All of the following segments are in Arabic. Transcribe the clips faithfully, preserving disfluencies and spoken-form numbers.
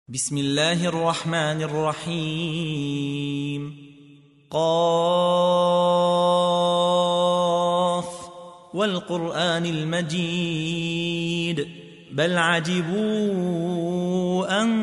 بسم الله الرحمن الرحيم. قاف والقرآن المجيد بل عجبوا أن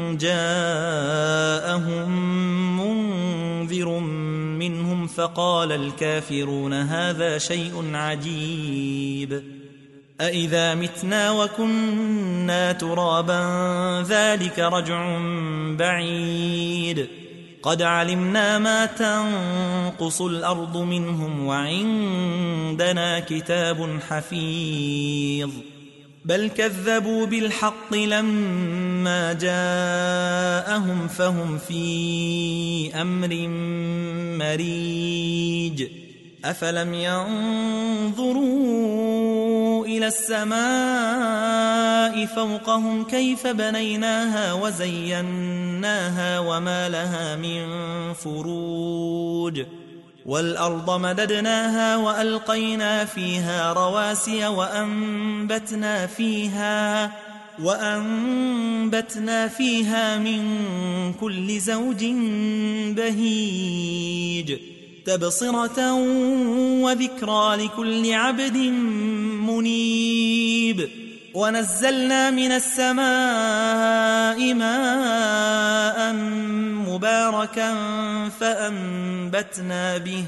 جاءهم منذر منهم فقال الكافرون هذا شيء عجيب أإذا متنا وكنا ترابا ذلك رجع بعيد قد علمنا ما تنقص الأرض منهم وعندنا كتاب حفيظ بل كذبوا بالحق لما جاءهم فهم في أمر مريج أفلم ينظروا إلى السماء فوقهم كيف بنيناها وزيناها وما لها من فروج والأرض مددناها وألقينا فيها رواسي وأنبتنا فيها وأنبتنا فيها من كل زوج بهيج تبصرة وذكرى لكل عبد منيب ونزلنا من السماء ماء مباركا فأنبتنا به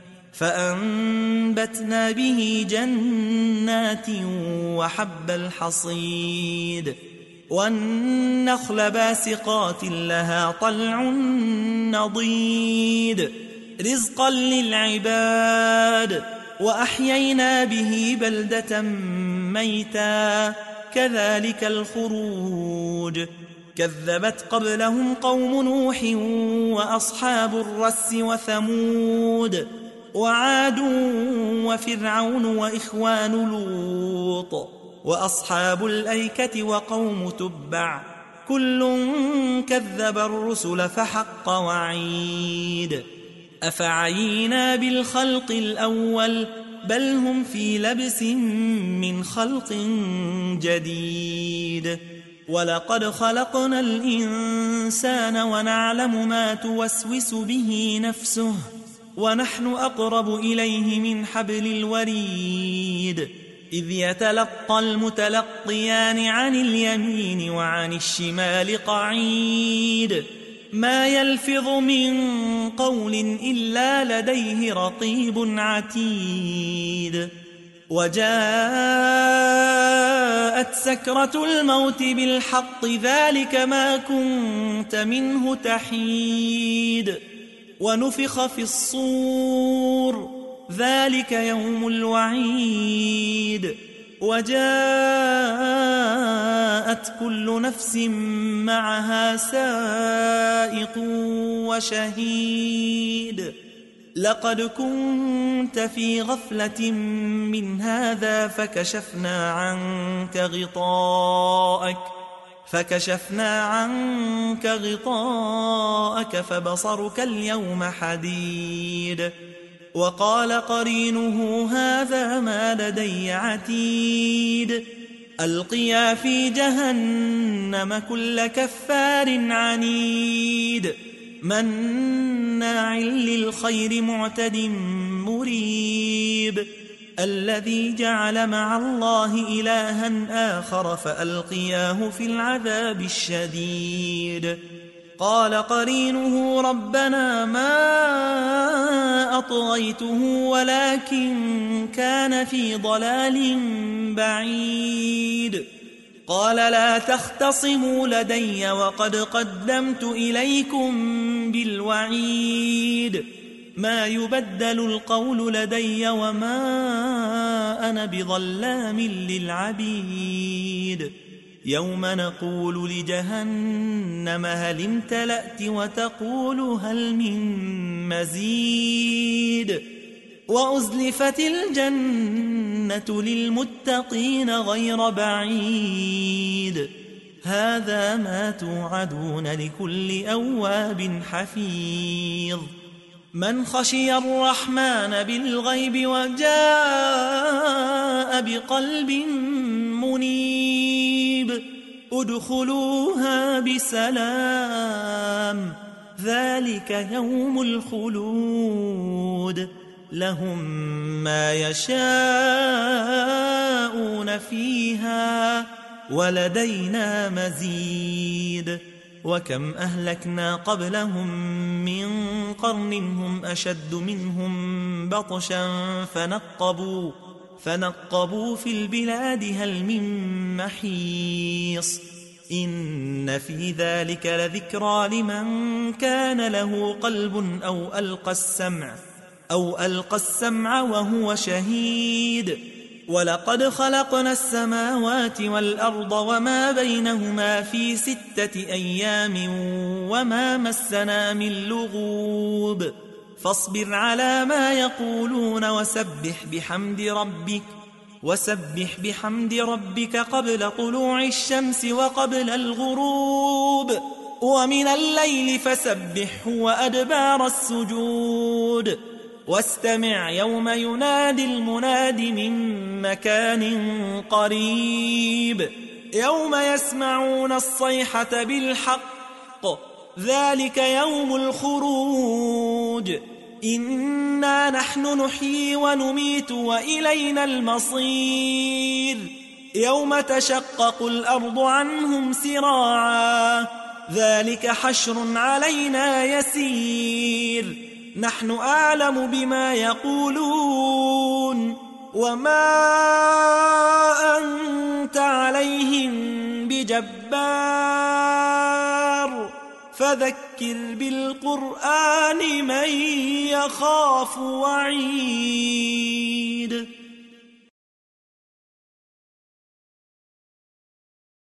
فأنبتنا به جنات وحب الحصيد والنخل باسقات لها طلع نضيد رزقا للعباد وأحيينا به بلدة ميتا كذلك الخروج كذبت قبلهم قوم نوح وأصحاب الرس وثمود وعاد وفرعون وإخوان لوط وأصحاب الأيكة وقوم تبع كل كذب الرسل فحق وعيد أفعينا بالخلق الأول بل هم في لبس من خلق جديد ولقد خلقنا الإنسان ونعلم ما توسوس به نفسه ونحن أقرب إليه من حبل الوريد إذ يتلقى المتلقيان عن اليمين وعن الشمال قعيد ما يلفظ من قول إلا لديه رقيب عتيد وجاءت سكرة الموت بالحق ذلك ما كنت منه تحيد ونفخ في الصور ذلك يوم الوعيد وجاءت كل نفس معها سائق وشهيد لقد كنت في غفلة من هذا فكشفنا عنك غطاءك فكشفنا عنك غطاءك فبصرك اليوم حديد وقال قرينه هذا ما لدي عتيد ألقيا في جهنم كل كفار عنيد مناع للخير معتد مريب الذي جعل مع الله إلها آخر فألقياه في العذاب الشديد قال قرينه ربنا ما أطغيته ولكن كان في ضلال بعيد قال لا تختصموا لدي وقد قدمت إليكم بالوعيد ما يبدل القول لدي وما أنا بظلام للعبيد يوم نقول لجهنم هل امتلأت وتقول هل من مزيد وأزلفت الجنة للمتقين غير بعيد هذا ما توعدون لكل أواب حفيظ من خشي الرحمن بالغيب وجاء بقلب منيب ادخلوها بسلام ذلك يوم الخلود لهم ما يشاءون فيها ولدينا مزيد وكم أهلكنا قبلهم من قرن هم أشد منهم بطشا فنقبوا فنقبوا في البلاد هل من محيص إن في ذلك لذكرى لمن كان له قلب أو ألقى السمع أو ألقى السمع وهو شهيد ولقد خلقنا السماوات والأرض وما بينهما في ستة أيام وما مسنا من لغوب فاصبر على ما يقولون وسبح بحمد ربك وسبح بحمد ربك قبل طلوع الشمس وقبل الغروب ومن الليل فسبحه وأدبار السجود واستمع يوم ينادي المناد من مكان قريب يوم يسمعون الصيحة بالحق ذلك يوم الخروج إنا نحن نحيي ونميت وإلينا المصير يوم تشقق الأرض عنهم سراعا ذلك حشر علينا يسير نحن أعلم بما يقولون وما أنت عليهم بجبار فذكر بالقرآن من يخاف وعيد